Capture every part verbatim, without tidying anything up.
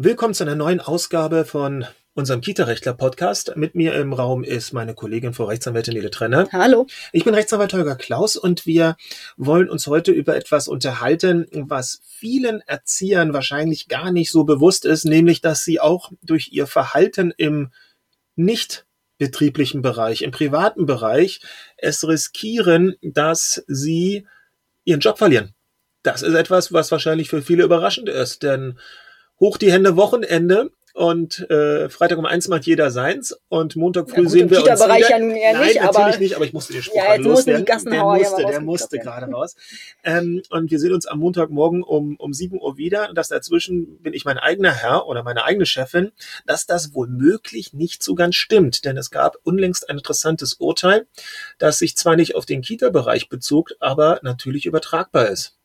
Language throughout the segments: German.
Willkommen zu einer neuen Ausgabe von unserem Kita-Rechtler-Podcast. Mit mir im Raum ist meine Kollegin, Frau Rechtsanwältin Nele Trenner. Hallo. Ich bin Rechtsanwalt Holger Klaus und wir wollen uns heute über etwas unterhalten, was vielen Erziehern wahrscheinlich gar nicht so bewusst ist, nämlich, dass sie auch durch ihr Verhalten im nicht betrieblichen Bereich, im privaten Bereich, es riskieren, dass sie ihren Job verlieren. Das ist etwas, was wahrscheinlich für viele überraschend ist, denn hoch die Hände, Wochenende und äh, Freitag um eins macht jeder seins und Montag früh ja, gut, sehen wir uns wieder. Ja nun eher Nein, nicht, natürlich aber nicht, aber ich musste den Spruch ja, jetzt loswerden. Musste die der musste, ja der musste gerade raus. Ähm, und wir sehen uns am Montagmorgen um um sieben Uhr wieder. Und das dazwischen bin ich mein eigener Herr oder meine eigene Chefin, dass das womöglich nicht so ganz stimmt. Denn es gab unlängst ein interessantes Urteil, das sich zwar nicht auf den Kita-Bereich bezog, aber natürlich übertragbar ist.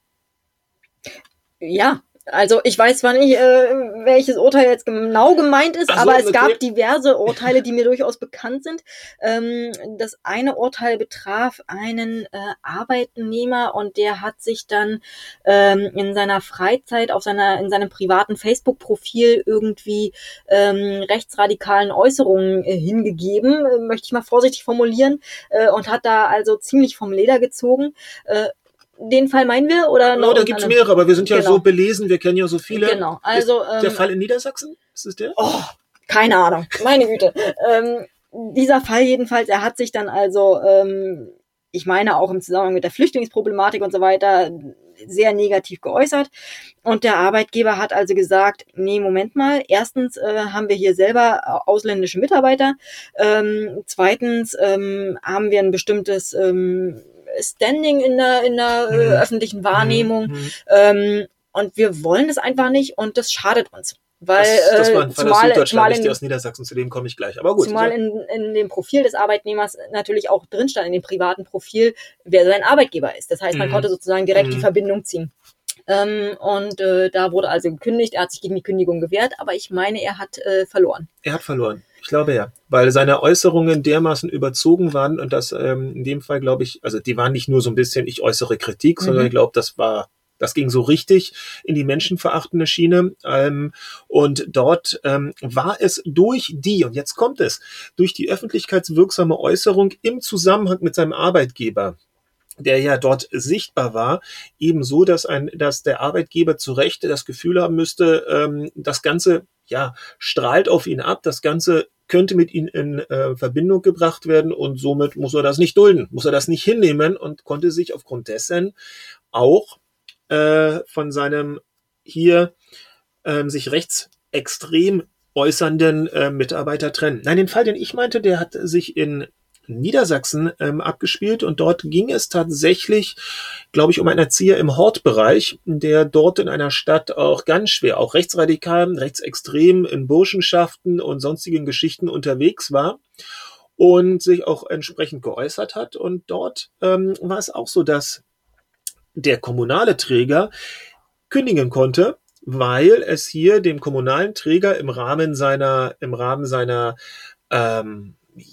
Ja. Also ich weiß zwar nicht, äh, welches Urteil jetzt genau gemeint ist, so, aber es okay. gab diverse Urteile, die mir durchaus bekannt sind. Ähm, das eine Urteil betraf einen äh, Arbeitnehmer und der hat sich dann ähm, in seiner Freizeit auf seiner in seinem privaten Facebook-Profil irgendwie ähm, rechtsradikalen Äußerungen äh, hingegeben, äh, möchte ich mal vorsichtig formulieren, äh, und hat da also ziemlich vom Leder gezogen. Äh, Den Fall meinen wir? Oder noch? Oh, da gibt's mehrere, aber wir sind ja genau. so belesen, wir kennen ja so viele. Genau, also. Ist der ähm, Fall in Niedersachsen? Ist es der? Oh, keine Ahnung, meine Güte. ähm, dieser Fall jedenfalls, er hat sich dann also, ähm, ich meine auch im Zusammenhang mit der Flüchtlingsproblematik und so weiter, sehr negativ geäußert. Und der Arbeitgeber hat also gesagt, nee, Moment mal, erstens äh, haben wir hier selber ausländische Mitarbeiter, ähm, zweitens ähm, haben wir ein bestimmtes ähm, Standing in der, in der mhm. äh, öffentlichen Wahrnehmung mhm. ähm, und wir wollen das einfach nicht und das schadet uns. Weil, das, das war ein Fall zumal, aus Süddeutschland, in, nicht aus Niedersachsen, zu dem komme ich gleich. Aber gut. Zumal in, in dem Profil des Arbeitnehmers natürlich auch drin stand, in dem privaten Profil, wer sein Arbeitgeber ist. Das heißt, man mhm. konnte sozusagen direkt mhm. die Verbindung ziehen. Ähm, und äh, da wurde also gekündigt, er hat sich gegen die Kündigung gewehrt, aber ich meine, er hat äh, verloren. Er hat verloren, ich glaube ja, weil seine Äußerungen dermaßen überzogen waren und das ähm, in dem Fall, glaube ich, also die waren nicht nur so ein bisschen, ich äußere Kritik, mhm. sondern ich glaube, das war Das ging so richtig in die menschenverachtende Schiene. Ähm, und dort ähm, war es durch die, und jetzt kommt es, durch die öffentlichkeitswirksame Äußerung im Zusammenhang mit seinem Arbeitgeber, der ja dort sichtbar war, eben so, dass ein, dass der Arbeitgeber zu Recht das Gefühl haben müsste, ähm, das Ganze, ja, strahlt auf ihn ab, das Ganze könnte mit ihm in äh, Verbindung gebracht werden und somit muss er das nicht dulden, muss er das nicht hinnehmen und konnte sich aufgrund dessen auch äh, von seinem hier ähm, sich rechtsextrem äußernden äh, Mitarbeiter trennen. Nein, den Fall, den ich meinte, der hat sich in Niedersachsen ähm, abgespielt und dort ging es tatsächlich, glaube ich, um einen Erzieher im Hortbereich, der dort in einer Stadt auch ganz schwer, auch rechtsradikal, rechtsextrem in Burschenschaften und sonstigen Geschichten unterwegs war und sich auch entsprechend geäußert hat. Und dort ähm, war es auch so, dass der kommunale Träger kündigen konnte, weil es hier dem kommunalen Träger im Rahmen seiner, im Rahmen seiner ähm,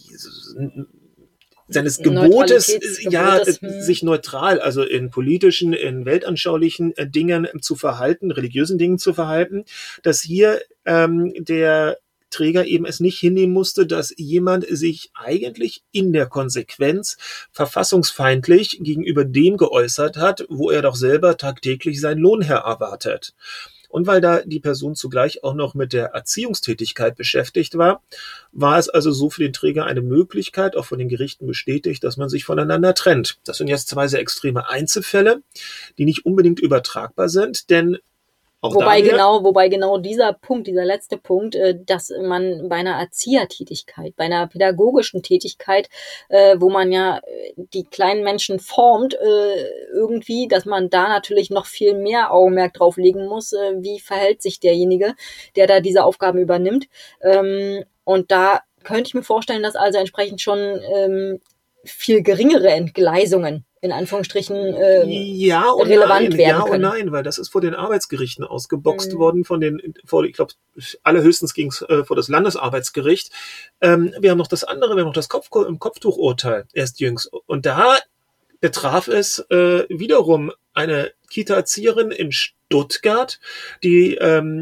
seines Gebotes, ja, sich neutral, also in politischen, in weltanschaulichen Dingen zu verhalten, religiösen Dingen zu verhalten, dass hier ähm, der Träger eben es nicht hinnehmen musste, dass jemand sich eigentlich in der Konsequenz verfassungsfeindlich gegenüber dem geäußert hat, wo er doch selber tagtäglich seinen Lohn her erwartet. Und weil da die Person zugleich auch noch mit der Erziehungstätigkeit beschäftigt war, war es also so für den Träger eine Möglichkeit, auch von den Gerichten bestätigt, dass man sich voneinander trennt. Das sind jetzt zwei sehr extreme Einzelfälle, die nicht unbedingt übertragbar sind, denn Auch wobei genau, wobei genau dieser Punkt, dieser letzte Punkt, äh, dass man bei einer Erziehertätigkeit, bei einer pädagogischen Tätigkeit, äh, wo man ja die kleinen Menschen formt, äh, irgendwie, dass man da natürlich noch viel mehr Augenmerk drauf legen muss, äh, wie verhält sich derjenige, der da diese Aufgaben übernimmt. Ähm, und da könnte ich mir vorstellen, dass also entsprechend schon ähm, viel geringere Entgleisungen in Anführungsstrichen ähm, ja und relevant nein, werden ja können. Ja und nein, weil das ist vor den Arbeitsgerichten ausgeboxt mhm. worden, von den, vor, ich glaube, allerhöchstens ging es äh, vor das Landesarbeitsgericht. Ähm, wir haben noch das andere, wir haben noch das Kopf, im Kopftuchurteil erst jüngst. Und da betraf es äh, wiederum eine Kita-Erzieherin in Stuttgart, die ähm,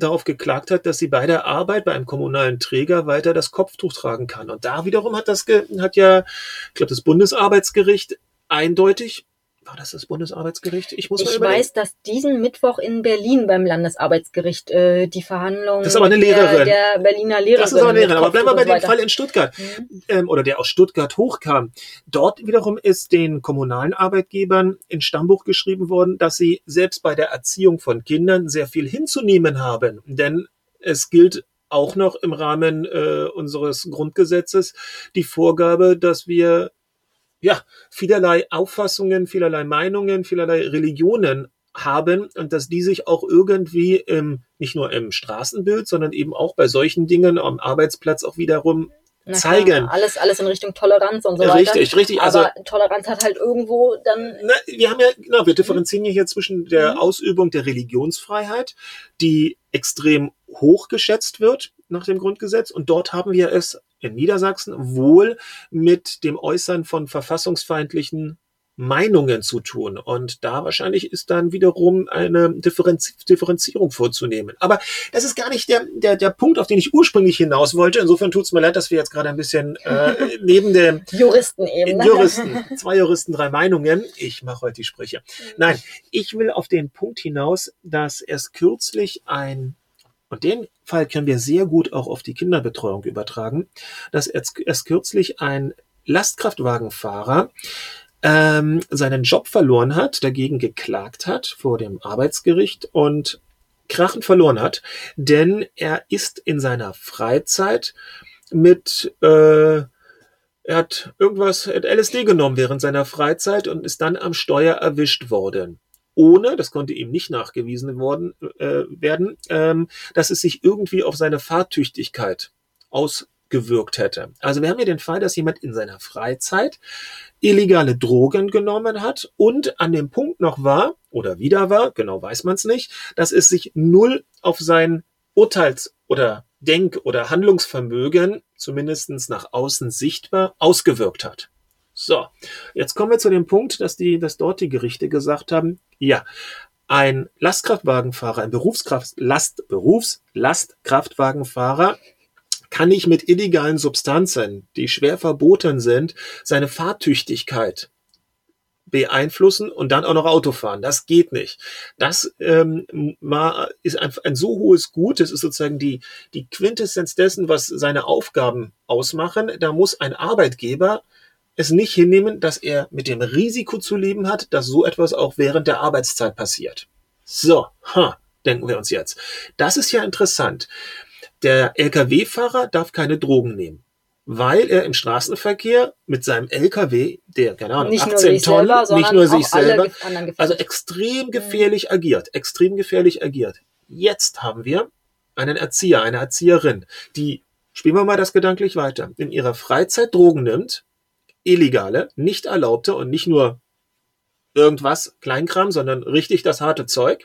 darauf geklagt hat, dass sie bei der Arbeit bei einem kommunalen Träger weiter das Kopftuch tragen kann. Und da wiederum hat das ge- hat ja, ich glaube, das Bundesarbeitsgericht eindeutig, war das das Bundesarbeitsgericht? Ich muss mal Ich überlegen. weiß, dass diesen Mittwoch in Berlin beim Landesarbeitsgericht äh, die Verhandlungen Das ist aber eine mit Lehrerin. Der, der Berliner Lehrerin. Das ist aber eine Lehrerin. mit Aber bleiben wir Kopftuch bei und dem so Fall weiter. in Stuttgart, Mhm. ähm, oder der aus Stuttgart hochkam. Dort wiederum ist den kommunalen Arbeitgebern in Stammbuch geschrieben worden, dass sie selbst bei der Erziehung von Kindern sehr viel hinzunehmen haben. Denn es gilt auch noch im Rahmen äh, unseres Grundgesetzes die Vorgabe, dass wir ja vielerlei Auffassungen, vielerlei Meinungen, vielerlei Religionen haben und dass die sich auch irgendwie im, nicht nur im Straßenbild, sondern eben auch bei solchen Dingen am Arbeitsplatz auch wiederum Na zeigen. Klar, alles, alles in Richtung Toleranz und so weiter. Richtig, richtig. Also, aber Toleranz hat halt irgendwo dann... na, wir haben ja, genau, wir differenzieren hier zwischen der Mhm. Ausübung der Religionsfreiheit, die extrem hoch geschätzt wird nach dem Grundgesetz, und dort haben wir es in Niedersachsen wohl mit dem Äußern von verfassungsfeindlichen Meinungen zu tun. Und da wahrscheinlich ist dann wiederum eine Differenz Differenzierung vorzunehmen. Aber das ist gar nicht der, der, der Punkt, auf den ich ursprünglich hinaus wollte. Insofern tut es mir leid, dass wir jetzt gerade ein bisschen äh, neben dem Juristen eben. Ne? Juristen, zwei Juristen, drei Meinungen. Ich mache heute die Sprüche. Nein, ich will auf den Punkt hinaus, dass erst kürzlich ein, und den Fall können wir sehr gut auch auf die Kinderbetreuung übertragen, dass erst, erst kürzlich ein Lastkraftwagenfahrer ähm, seinen Job verloren hat, dagegen geklagt hat vor dem Arbeitsgericht und krachend verloren hat, denn er ist in seiner Freizeit mit, äh, er hat irgendwas, er hat L S D genommen während seiner Freizeit und ist dann am Steuer erwischt worden. Ohne, das konnte ihm nicht nachgewiesen worden äh, werden, ähm, dass es sich irgendwie auf seine Fahrtüchtigkeit ausgewirkt hätte. Also wir haben hier den Fall, dass jemand in seiner Freizeit illegale Drogen genommen hat und an dem Punkt noch war, oder wieder war, genau weiß man es nicht, dass es sich null auf sein Urteils- oder Denk- oder Handlungsvermögen, zumindest nach außen sichtbar, ausgewirkt hat. So, jetzt kommen wir zu dem Punkt, dass die, dass dort die Gerichte gesagt haben, ja, ein Lastkraftwagenfahrer, ein Berufskraft, Last, Berufslastkraftwagenfahrer kann nicht mit illegalen Substanzen, die schwer verboten sind, seine Fahrtüchtigkeit beeinflussen und dann auch noch Auto fahren. Das geht nicht. Das ähm, ist ein, ein so hohes Gut, das ist sozusagen die, die Quintessenz dessen, was seine Aufgaben ausmachen. Da muss ein Arbeitgeber es nicht hinnehmen, dass er mit dem Risiko zu leben hat, dass so etwas auch während der Arbeitszeit passiert. So, ha, denken wir uns jetzt. Das ist ja interessant. Der L K W-Fahrer darf keine Drogen nehmen, weil er im Straßenverkehr mit seinem L K W, der, keine Ahnung, Nicht nur achtzehn sich Tonnen, selber, nicht nur sich auch alle selber, gef- anderen also gefährdet. extrem gefährlich agiert, extrem gefährlich agiert. Jetzt haben wir einen Erzieher, eine Erzieherin, die, spielen wir mal das gedanklich weiter, in ihrer Freizeit Drogen nimmt, illegale, nicht erlaubte und nicht nur irgendwas, Kleinkram, sondern richtig das harte Zeug,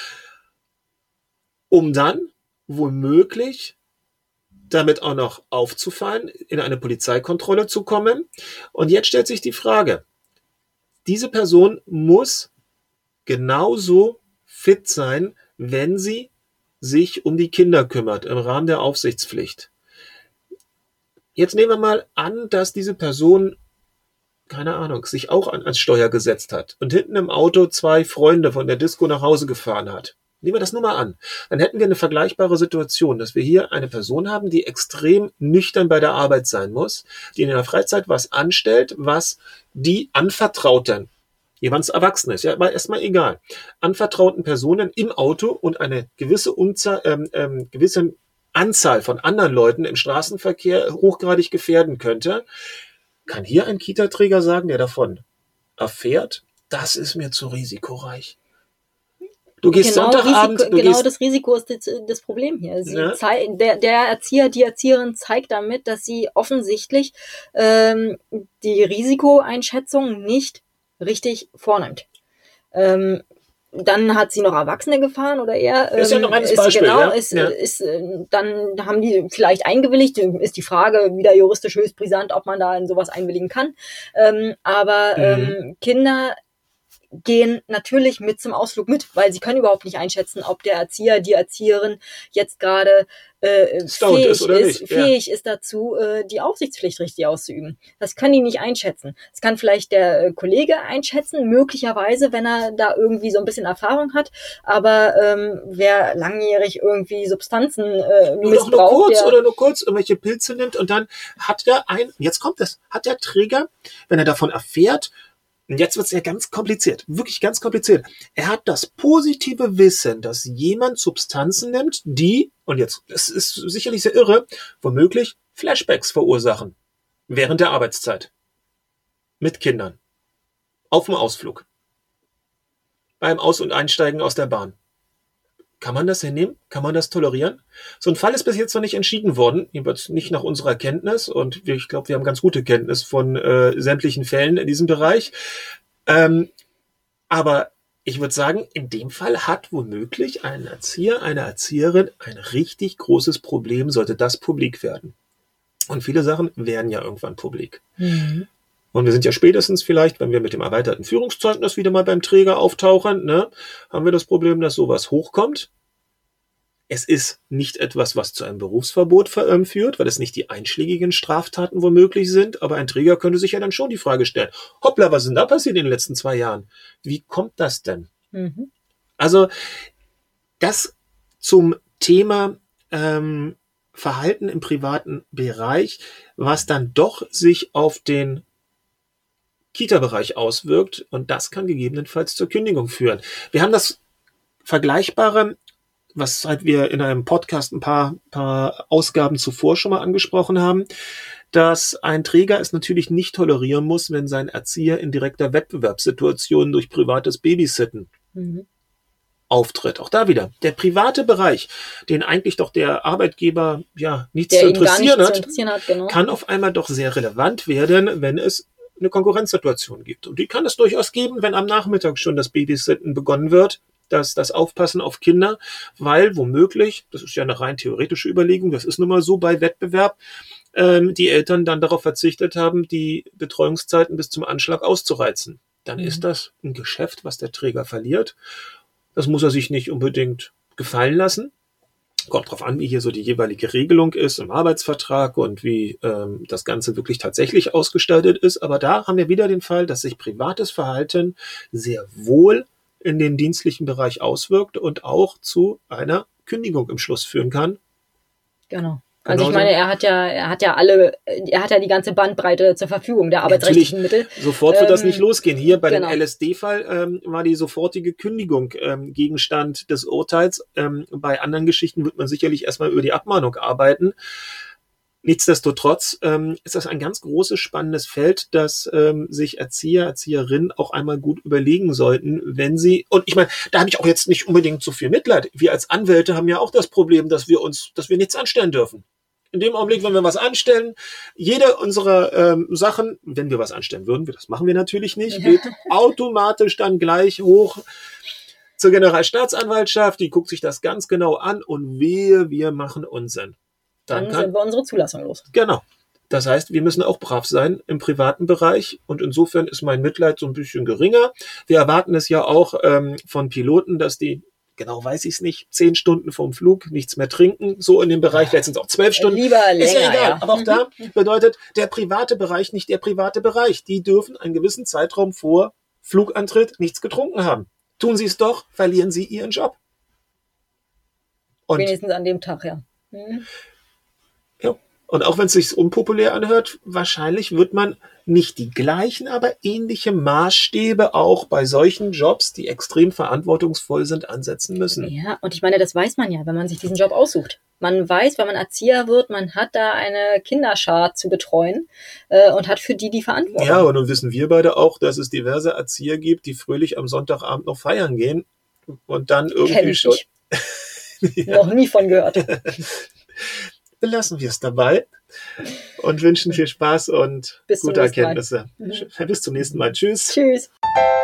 um dann womöglich damit auch noch aufzufallen, in eine Polizeikontrolle zu kommen. Und jetzt stellt sich die Frage, diese Person muss genauso fit sein, wenn sie sich um die Kinder kümmert im Rahmen der Aufsichtspflicht. Jetzt nehmen wir mal an, dass diese Person, keine Ahnung, sich auch an, ans Steuer gesetzt hat und hinten im Auto zwei Freunde von der Disco nach Hause gefahren hat. Nehmen wir das nur mal an. Dann hätten wir eine vergleichbare Situation, dass wir hier eine Person haben, die extrem nüchtern bei der Arbeit sein muss, die in der Freizeit was anstellt, was die anvertrauten, jeweils Erwachsene ist, ja, aber erstmal egal, anvertrauten Personen im Auto und eine gewisse, Unzahl, ähm, ähm, gewisse Anzahl von anderen Leuten im Straßenverkehr hochgradig gefährden könnte. Kann hier ein Kita-Träger sagen, der davon erfährt, das ist mir zu risikoreich? Du gehst genau Sonntagabend, Risiko, du genau gehst, das Risiko ist das, das Problem hier. Sie Ja. zei- der, der Erzieher, die Erzieherin zeigt damit, dass sie offensichtlich ähm, die Risikoeinschätzung nicht richtig vornimmt. Ähm, dann hat sie noch Erwachsene gefahren oder eher. Ähm, Ist ja noch ein ist, Beispiel, Genau, ja. ist, Ja. ist, äh, dann haben die vielleicht eingewilligt. Ist die Frage wieder juristisch höchst brisant, ob man da in sowas einwilligen kann. Ähm, aber Mhm. ähm, Kinder gehen natürlich mit zum Ausflug mit, weil sie können überhaupt nicht einschätzen, ob der Erzieher, die Erzieherin jetzt gerade äh, fähig, ist, oder ist, nicht. fähig ja. ist dazu, äh, die Aufsichtspflicht richtig auszuüben. Das können die nicht einschätzen. Das kann vielleicht der äh, Kollege einschätzen, möglicherweise, wenn er da irgendwie so ein bisschen Erfahrung hat, aber ähm, wer langjährig irgendwie Substanzen äh, missbraucht, nur kurz der, oder nur kurz irgendwelche Pilze nimmt und dann hat er ein, jetzt kommt es, hat der Träger, wenn er davon erfährt, und jetzt wird es ja ganz kompliziert, wirklich ganz kompliziert. Er hat das positive Wissen, dass jemand Substanzen nimmt, die, und jetzt, es ist sicherlich sehr irre, womöglich Flashbacks verursachen. Während der Arbeitszeit. Mit Kindern. Auf dem Ausflug. Beim Aus- und Einsteigen aus der Bahn. Kann man das hinnehmen? Kann man das tolerieren? So ein Fall ist bis jetzt noch nicht entschieden worden, jedenfalls nicht nach unserer Kenntnis. Und wir, ich glaube, wir haben ganz gute Kenntnis von äh, sämtlichen Fällen in diesem Bereich. Ähm, aber ich würde sagen, in dem Fall hat womöglich ein Erzieher, eine Erzieherin ein richtig großes Problem, sollte das publik werden. Und viele Sachen werden ja irgendwann publik. Mhm. Und wir sind ja spätestens vielleicht, wenn wir mit dem erweiterten Führungszeugnis wieder mal beim Träger auftauchen, ne, haben wir das Problem, dass sowas hochkommt. Es ist nicht etwas, was zu einem Berufsverbot führt, weil es nicht die einschlägigen Straftaten womöglich sind. Aber ein Träger könnte sich ja dann schon die Frage stellen, hoppla, was ist denn da passiert in den letzten zwei Jahren? Wie kommt das denn? Mhm. Also das zum Thema ähm, Verhalten im privaten Bereich, was dann doch sich auf den Kita-Bereich auswirkt, und das kann gegebenenfalls zur Kündigung führen. Wir haben das Vergleichbare, was halt wir in einem Podcast ein paar, paar Ausgaben zuvor schon mal angesprochen haben, dass ein Träger es natürlich nicht tolerieren muss, wenn sein Erzieher in direkter Wettbewerbssituation durch privates Babysitten mhm. auftritt. Auch da wieder, der private Bereich, den eigentlich doch der Arbeitgeber ja nichts zu interessieren, nicht hat, zu interessieren hat genau. kann auf einmal doch sehr relevant werden, wenn es eine Konkurrenzsituation gibt. Und die kann es durchaus geben, wenn am Nachmittag schon das Babysitten begonnen wird, dass das Aufpassen auf Kinder, weil womöglich, das ist ja eine rein theoretische Überlegung, das ist nun mal so bei Wettbewerb, ähm, die Eltern dann darauf verzichtet haben, die Betreuungszeiten bis zum Anschlag auszureizen. Dann mhm. ist das ein Geschäft, was der Träger verliert. Das muss er sich nicht unbedingt gefallen lassen. Kommt drauf an, wie hier so die jeweilige Regelung ist im Arbeitsvertrag und wie ähm, das Ganze wirklich tatsächlich ausgestaltet ist. Aber da haben wir wieder den Fall, dass sich privates Verhalten sehr wohl in den dienstlichen Bereich auswirkt und auch zu einer Kündigung im Schluss führen kann. Genau. Also ich meine, er hat ja, er hat ja alle, er hat ja die ganze Bandbreite zur Verfügung der arbeitsrechtlichen Mittel. Sofort wird ähm, das nicht losgehen. Hier bei genau. dem L S D-Fall ähm, war die sofortige Kündigung ähm, Gegenstand des Urteils. Ähm, bei anderen Geschichten wird man sicherlich erstmal über die Abmahnung arbeiten. Nichtsdestotrotz ähm, ist das ein ganz großes, spannendes Feld, das ähm, sich Erzieher, Erzieherinnen auch einmal gut überlegen sollten, wenn sie, und ich meine, da habe ich auch jetzt nicht unbedingt so viel Mitleid. Wir als Anwälte haben ja auch das Problem, dass wir uns, dass wir nichts anstellen dürfen. In dem Augenblick, wenn wir was anstellen, jede unserer ähm, Sachen, wenn wir was anstellen würden, das machen wir natürlich nicht, geht automatisch dann gleich hoch zur Generalstaatsanwaltschaft, die guckt sich das ganz genau an und wehe, wir machen Unsinn. Dann, dann kann, sind wir unsere Zulassung los. Genau. Das heißt, wir müssen auch brav sein im privaten Bereich und insofern ist mein Mitleid so ein bisschen geringer. Wir erwarten es ja auch ähm, von Piloten, dass die, genau weiß ich es nicht, zehn Stunden vorm Flug nichts mehr trinken, so in dem Bereich, vielleicht sind es auch zwölf Stunden. Lieber länger, ist ja egal, ja. Aber auch da bedeutet der private Bereich nicht der private Bereich. Die dürfen einen gewissen Zeitraum vor Flugantritt nichts getrunken haben. Tun sie es doch, verlieren sie ihren Job. Und wenigstens an dem Tag, ja. Mhm. Ja. Und auch wenn es sich unpopulär anhört, wahrscheinlich wird man nicht die gleichen, aber ähnliche Maßstäbe auch bei solchen Jobs, die extrem verantwortungsvoll sind, ansetzen müssen. Ja, und ich meine, das weiß man ja, wenn man sich diesen Job aussucht. Man weiß, wenn man Erzieher wird, man hat da eine Kinderschar zu betreuen äh, und hat für die die Verantwortung. Ja, aber nun wissen wir beide auch, dass es diverse Erzieher gibt, die fröhlich am Sonntagabend noch feiern gehen und dann irgendwie Kenn ich schon... ja. Noch nie von gehört. Belassen wir es dabei und wünschen viel Spaß und Bis gute Erkenntnisse. Mhm. Bis zum nächsten Mal. Tschüss. Tschüss.